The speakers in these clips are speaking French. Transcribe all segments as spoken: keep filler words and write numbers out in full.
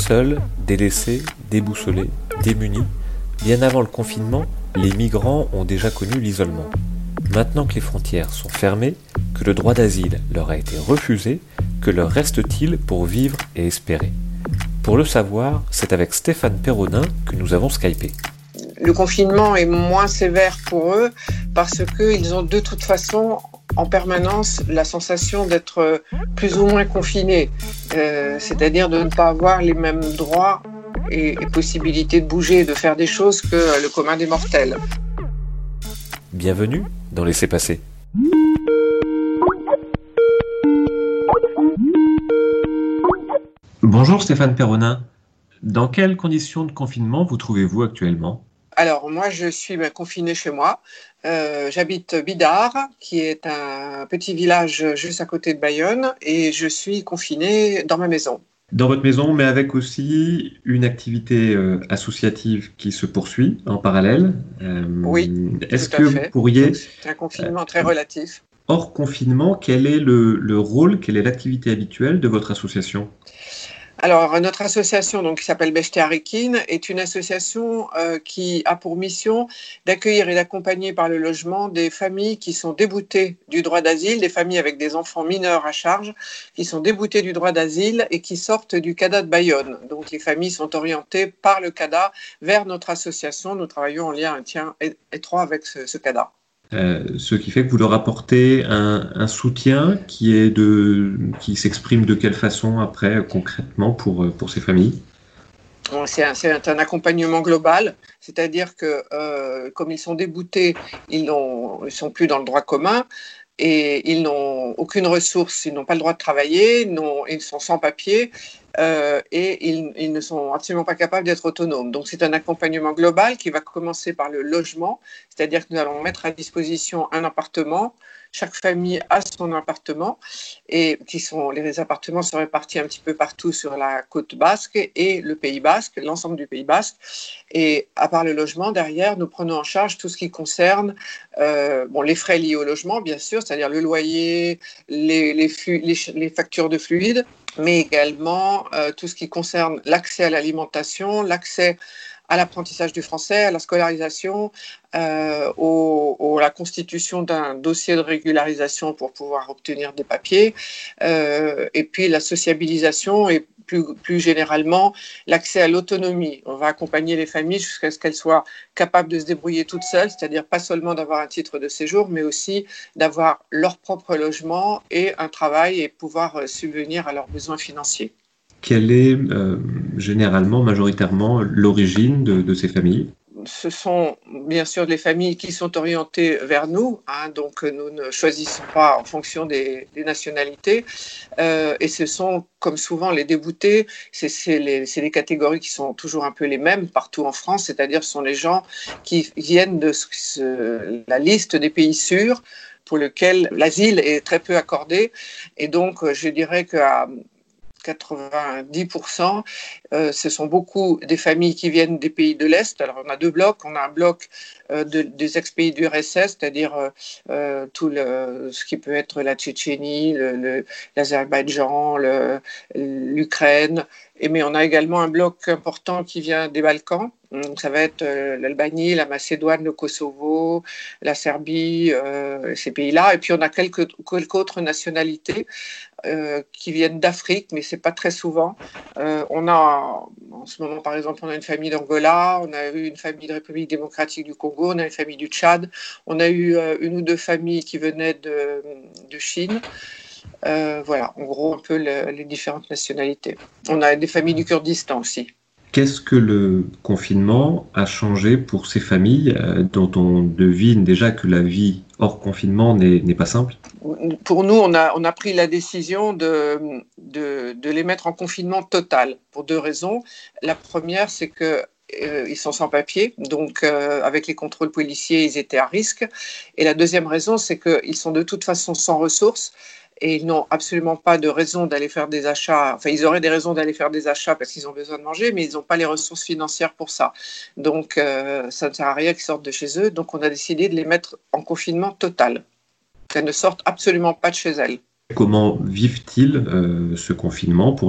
Seuls, délaissés, déboussolés, démunis, bien avant le confinement, les migrants ont déjà connu l'isolement. Maintenant que les frontières sont fermées, que le droit d'asile leur a été refusé, que leur reste-t-il pour vivre et espérer ? Pour le savoir, c'est avec Stéphane Perronin que nous avons skypé. Le confinement est moins sévère pour eux parce qu'ils ont de toute façon en permanence la sensation d'être plus ou moins confinés, euh, c'est-à-dire de ne pas avoir les mêmes droits et, et possibilités de bouger et de faire des choses que le commun des mortels. Bienvenue dans Laissez passer. Bonjour Stéphane Perronin. Dans quelles conditions de confinement vous trouvez-vous actuellement ? Alors moi je suis ben, confinée chez moi. Euh, j'habite Bidart, qui est un petit village juste à côté de Bayonne, et je suis confinée dans ma maison. Dans votre maison, mais avec aussi une activité euh, associative qui se poursuit en parallèle. Euh, oui, est-ce tout à que fait. vous pourriez... Donc, c'est un confinement euh, très relatif. Hors confinement, quel est le, le rôle, quelle est l'activité habituelle de votre association ? Alors, notre association, donc, qui s'appelle Bechtel Arekin, est une association euh, qui a pour mission d'accueillir et d'accompagner par le logement des familles qui sont déboutées du droit d'asile, des familles avec des enfants mineurs à charge, qui sont déboutées du droit d'asile et qui sortent du CADA de Bayonne. Donc, les familles sont orientées par le CADA vers notre association. Nous travaillons en lien tiens, étroit avec ce, ce CADA. Euh, ce qui fait que vous leur apportez un, un soutien qui est de, qui s'exprime de quelle façon après concrètement pour, pour ces familles ? C'est un, c'est un accompagnement global, c'est-à-dire que euh, comme ils sont déboutés, ils ne sont plus dans le droit commun et ils n'ont aucune ressource, ils n'ont pas le droit de travailler, non, ils sont sans papier euh, et ils, ils ne sont absolument pas capables d'être autonomes. Donc c'est un accompagnement global qui va commencer par le logement, c'est-à-dire que nous allons mettre à disposition un appartement. Chaque famille a son appartement et qui sont, les appartements sont répartis un petit peu partout sur la côte basque et le Pays basque, l'ensemble du Pays basque. Et à part le logement, derrière, nous prenons en charge tout ce qui concerne euh, bon, les frais liés au logement, bien sûr, c'est-à-dire le loyer, les, les, flux, les, les factures de fluides, mais également euh, tout ce qui concerne l'accès à l'alimentation, l'accès à l'apprentissage du français, à la scolarisation, euh, au, au, à la constitution d'un dossier de régularisation pour pouvoir obtenir des papiers, euh, et puis la sociabilisation et plus, plus généralement l'accès à l'autonomie. On va accompagner les familles jusqu'à ce qu'elles soient capables de se débrouiller toutes seules, c'est-à-dire pas seulement d'avoir un titre de séjour, mais aussi d'avoir leur propre logement et un travail et pouvoir subvenir à leurs besoins financiers. Quelle est euh, généralement, majoritairement, l'origine de, de ces familles ? Ce sont bien sûr les familles qui sont orientées vers nous, hein, donc nous ne choisissons pas en fonction des, des nationalités, euh, et ce sont comme souvent les déboutés, c'est, c'est, les, c'est les catégories qui sont toujours un peu les mêmes partout en France, c'est-à-dire ce sont les gens qui viennent de ce, la liste des pays sûrs pour lesquels l'asile est très peu accordé, et donc je dirais qu'à quatre-vingt-dix pour cent, euh, ce sont beaucoup des familles qui viennent des pays de l'Est. Alors, on a deux blocs. On a un bloc euh, de, des ex-pays du R S S, c'est-à-dire euh, tout le, ce qui peut être la Tchétchénie, le, le, l'Azerbaïdjan, le, l'Ukraine. Et, mais on a également un bloc important qui vient des Balkans. Donc, ça va être euh, l'Albanie, la Macédoine, le Kosovo, la Serbie, euh, ces pays-là. Et puis, on a quelques, quelques autres nationalités euh, qui viennent d'Afrique, mais ce n'est pas très souvent. Euh, on a, en ce moment, par exemple, on a une famille d'Angola, on a eu une famille de République démocratique du Congo, on a une famille du Tchad, on a eu euh, une ou deux familles qui venaient de, de Chine. Euh, voilà, en gros, un peu le, les différentes nationalités. On a des familles du Kurdistan aussi. Qu'est-ce que le confinement a changé pour ces familles euh, dont on devine déjà que la vie hors confinement n'est, n'est pas simple ? Pour nous, on a, on a pris la décision de, de, de les mettre en confinement total pour deux raisons. La première, c'est que Euh, ils sont sans papier, donc euh, avec les contrôles policiers, ils étaient à risque. Et la deuxième raison, c'est qu'ils sont de toute façon sans ressources et ils n'ont absolument pas de raison d'aller faire des achats. Enfin, ils auraient des raisons d'aller faire des achats parce qu'ils ont besoin de manger, mais ils n'ont pas les ressources financières pour ça. Donc, euh, ça ne sert à rien qu'ils sortent de chez eux. Donc, on a décidé de les mettre en confinement total, qu'elles ne sortent absolument pas de chez elles. Comment vivent-ils euh, ce confinement pour l'instant ?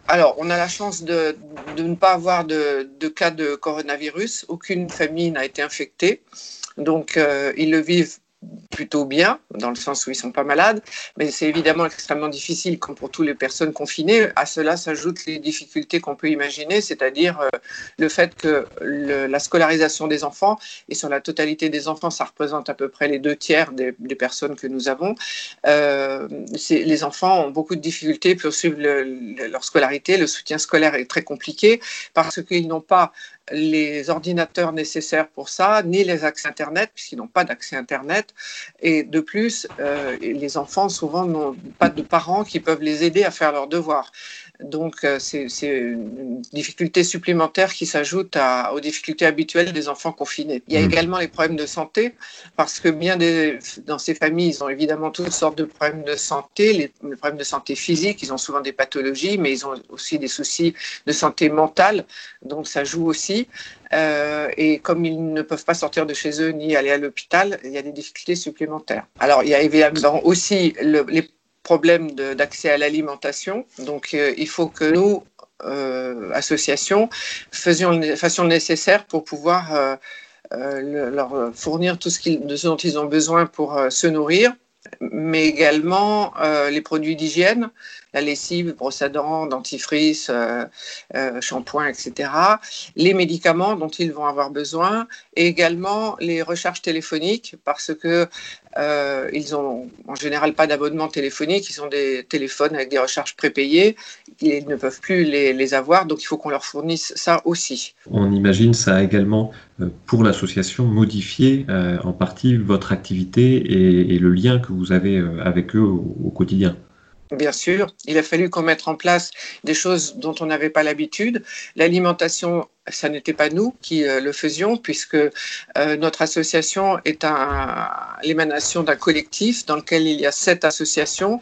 Alors, on a la chance de, de ne pas avoir de, de cas de coronavirus. Aucune famille n'a été infectée. Donc, euh, ils le vivent plutôt bien, dans le sens où ils ne sont pas malades, mais c'est évidemment extrêmement difficile, comme pour toutes les personnes confinées. À cela s'ajoutent les difficultés qu'on peut imaginer, c'est-à-dire euh, le fait que le, la scolarisation des enfants, et sur la totalité des enfants, ça représente à peu près les deux tiers des, des personnes que nous avons, euh, les enfants ont beaucoup de difficultés pour suivre le, le, leur scolarité. Le soutien scolaire est très compliqué parce qu'ils n'ont pas les ordinateurs nécessaires pour ça, ni les accès Internet, puisqu'ils n'ont pas d'accès Internet. Et de plus, euh, les enfants, souvent, n'ont pas de parents qui peuvent les aider à faire leurs devoirs. Donc, euh, c'est, c'est une difficulté supplémentaire qui s'ajoute à, aux difficultés habituelles des enfants confinés. Il y a mmh. également les problèmes de santé, parce que bien des, dans ces familles, ils ont évidemment toutes sortes de problèmes de santé, les, les problèmes de santé physique, ils ont souvent des pathologies, mais ils ont aussi des soucis de santé mentale, donc ça joue aussi. Euh, et comme ils ne peuvent pas sortir de chez eux ni aller à l'hôpital, il y a des difficultés supplémentaires. Alors, il y a évidemment aussi le, les problèmes de, d'accès à l'alimentation. Donc, euh, il faut que nous, euh, associations, faisions, fassions le nécessaire pour pouvoir euh, euh, le, leur fournir tout ce, qu'ils, de ce dont ils ont besoin pour euh, se nourrir, mais également euh, les produits d'hygiène, la lessive, brosse à dents, dentifrice, euh, euh, shampoing, et cetera, les médicaments dont ils vont avoir besoin, et également les recharges téléphoniques, parce que euh, ils n'ont en général pas d'abonnement téléphonique, ils ont des téléphones avec des recharges prépayées, ils ne peuvent plus les, les avoir, donc il faut qu'on leur fournisse ça aussi. On imagine ça a également, euh, pour l'association, modifié euh, en partie votre activité et, et le lien que vous avez euh, avec eux au, au quotidien. Bien sûr, il a fallu qu'on mette en place des choses dont on n'avait pas l'habitude. L'alimentation, ça n'était pas nous qui euh, le faisions, puisque euh, notre association est un, l'émanation d'un collectif dans lequel il y a sept associations.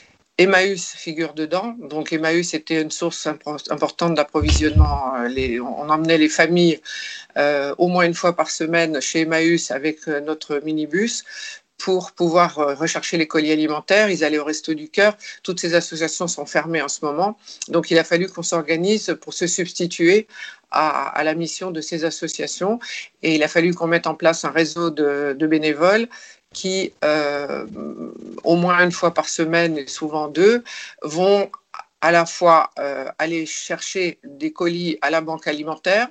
Emmaüs figure dedans, donc Emmaüs était une source imp- importante d'approvisionnement. Les, on emmenait les familles euh, au moins une fois par semaine chez Emmaüs avec euh, notre minibus, pour pouvoir rechercher les colis alimentaires. Ils allaient au Resto du Cœur. Toutes ces associations sont fermées en ce moment. Donc, il a fallu qu'on s'organise pour se substituer à, à la mission de ces associations. Et il a fallu qu'on mette en place un réseau de, de bénévoles qui, euh, au moins une fois par semaine, et souvent deux, vont à la fois euh, aller chercher des colis à la banque alimentaire,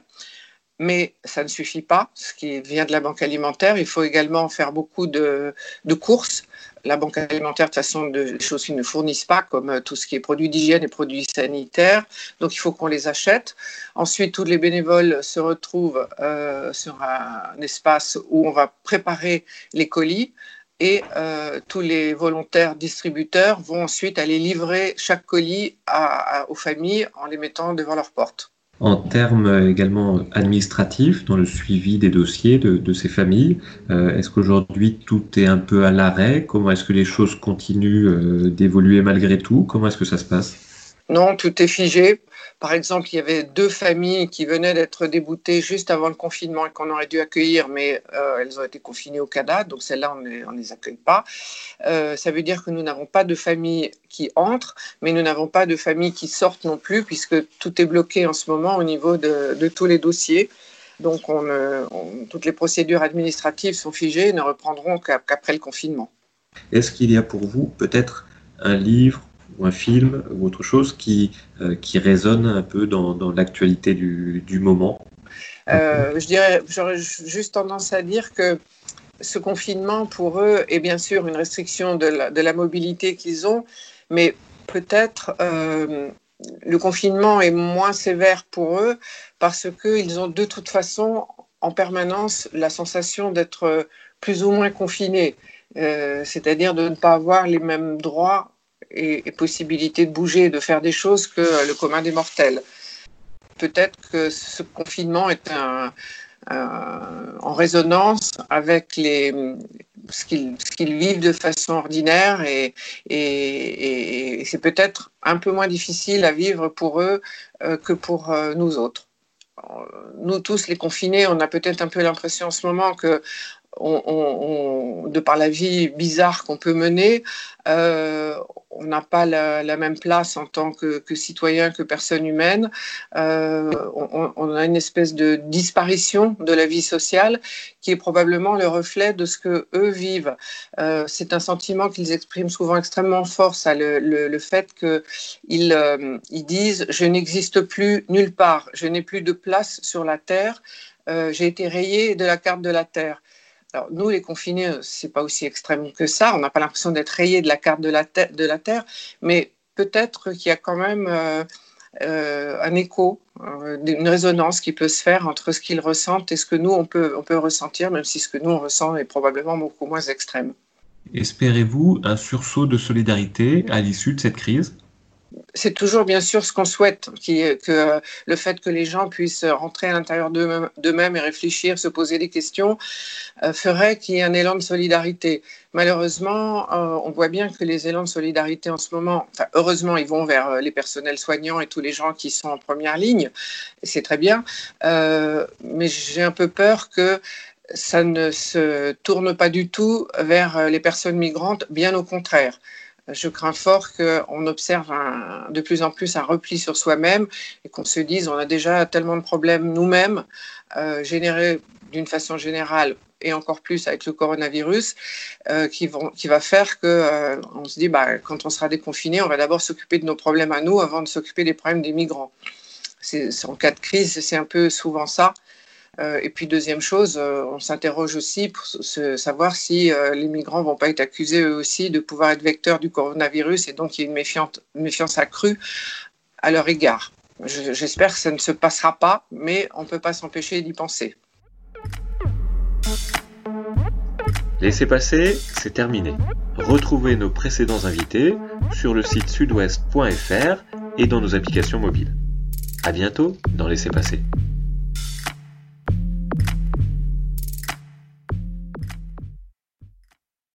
mais ça ne suffit pas, ce qui vient de la banque alimentaire. Il faut également faire beaucoup de, de courses. La banque alimentaire, de toute façon, des choses qu'ils ne fournissent pas, comme tout ce qui est produits d'hygiène et produits sanitaires. Donc, il faut qu'on les achète. Ensuite, tous les bénévoles se retrouvent euh, sur un, un espace où on va préparer les colis. Et euh, tous les volontaires distributeurs vont ensuite aller livrer chaque colis à, à, aux familles en les mettant devant leur porte. En termes également administratifs, dans le suivi des dossiers de, de ces familles, euh, est-ce qu'aujourd'hui tout est un peu à l'arrêt? Comment est-ce que les choses continuent euh, d'évoluer malgré tout? Comment est-ce que ça se passe? Non, tout est figé. Par exemple, il y avait deux familles qui venaient d'être déboutées juste avant le confinement et qu'on aurait dû accueillir, mais euh, elles ont été confinées au Canada, donc celles-là, on ne les accueille pas. Euh, ça veut dire que nous n'avons pas de famille qui entre, mais nous n'avons pas de famille qui sortent non plus, puisque tout est bloqué en ce moment au niveau de, de tous les dossiers. Donc, on, on, toutes les procédures administratives sont figées et ne reprendront qu'après le confinement. Est-ce qu'il y a pour vous peut-être un livre ou un film ou autre chose qui, euh, qui résonne un peu dans, dans l'actualité du, du moment? euh, Je dirais, j'aurais juste tendance à dire que ce confinement, pour eux, est bien sûr une restriction de la, de la mobilité qu'ils ont, mais peut-être euh, le confinement est moins sévère pour eux parce qu'ils ont de toute façon en permanence la sensation d'être plus ou moins confinés, euh, c'est-à-dire de ne pas avoir les mêmes droits et, et possibilités de bouger, de faire des choses que le commun des mortels. Peut-être que ce confinement est un, un, en résonance avec les, ce, qu'ils, ce qu'ils vivent de façon ordinaire et, et, et c'est peut-être un peu moins difficile à vivre pour eux euh, que pour euh, nous autres. Nous tous, les confinés, on a peut-être un peu l'impression en ce moment que on, on, on, de par la vie bizarre qu'on peut mener, euh, on n'a pas la, la même place en tant que, que citoyen, que personne humaine. Euh, on, on a une espèce de disparition de la vie sociale qui est probablement le reflet de ce que eux vivent. Euh, c'est un sentiment qu'ils expriment souvent extrêmement fort, ça, le, le, le fait qu'ils euh, ils disent « je n'existe plus nulle part, je n'ai plus de place sur la Terre, euh, j'ai été rayé de la carte de la Terre ». Alors, nous, les confinés, ce n'est pas aussi extrême que ça. On n'a pas l'impression d'être rayés de la carte de la, te- de la Terre, mais peut-être qu'il y a quand même euh, euh, un écho, euh, une résonance qui peut se faire entre ce qu'ils ressentent et ce que nous, on peut, on peut ressentir, même si ce que nous, on ressent est probablement beaucoup moins extrême. Espérez-vous un sursaut de solidarité à l'issue de cette crise ? C'est toujours bien sûr ce qu'on souhaite, qui, que euh, le fait que les gens puissent rentrer à l'intérieur d'eux-mêmes, d'eux-mêmes et réfléchir, se poser des questions, euh, ferait qu'il y ait un élan de solidarité. Malheureusement, euh, on voit bien que les élans de solidarité en ce moment, enfin, heureusement, ils vont vers les personnels soignants et tous les gens qui sont en première ligne, et c'est très bien, euh, mais j'ai un peu peur que ça ne se tourne pas du tout vers les personnes migrantes, bien au contraire. Je crains fort qu'on observe un, de plus en plus un repli sur soi-même et qu'on se dise on a déjà tellement de problèmes nous-mêmes, euh, générés d'une façon générale et encore plus avec le coronavirus, euh, qui, vont, qui va faire qu'on euh, se dit bah, quand on sera déconfiné, on va d'abord s'occuper de nos problèmes à nous avant de s'occuper des problèmes des migrants. C'est, c'est, en cas de crise, c'est un peu souvent ça. Euh, et puis deuxième chose, euh, on s'interroge aussi pour se, savoir si euh, les migrants ne vont pas être accusés eux aussi de pouvoir être vecteurs du coronavirus et donc il y a une méfiance, une méfiance accrue à leur égard. Je, j'espère que ça ne se passera pas, mais on ne peut pas s'empêcher d'y penser. Laissez passer, c'est terminé. Retrouvez nos précédents invités sur le site sud ouest point f r et dans nos applications mobiles. À bientôt dans Laissez passer.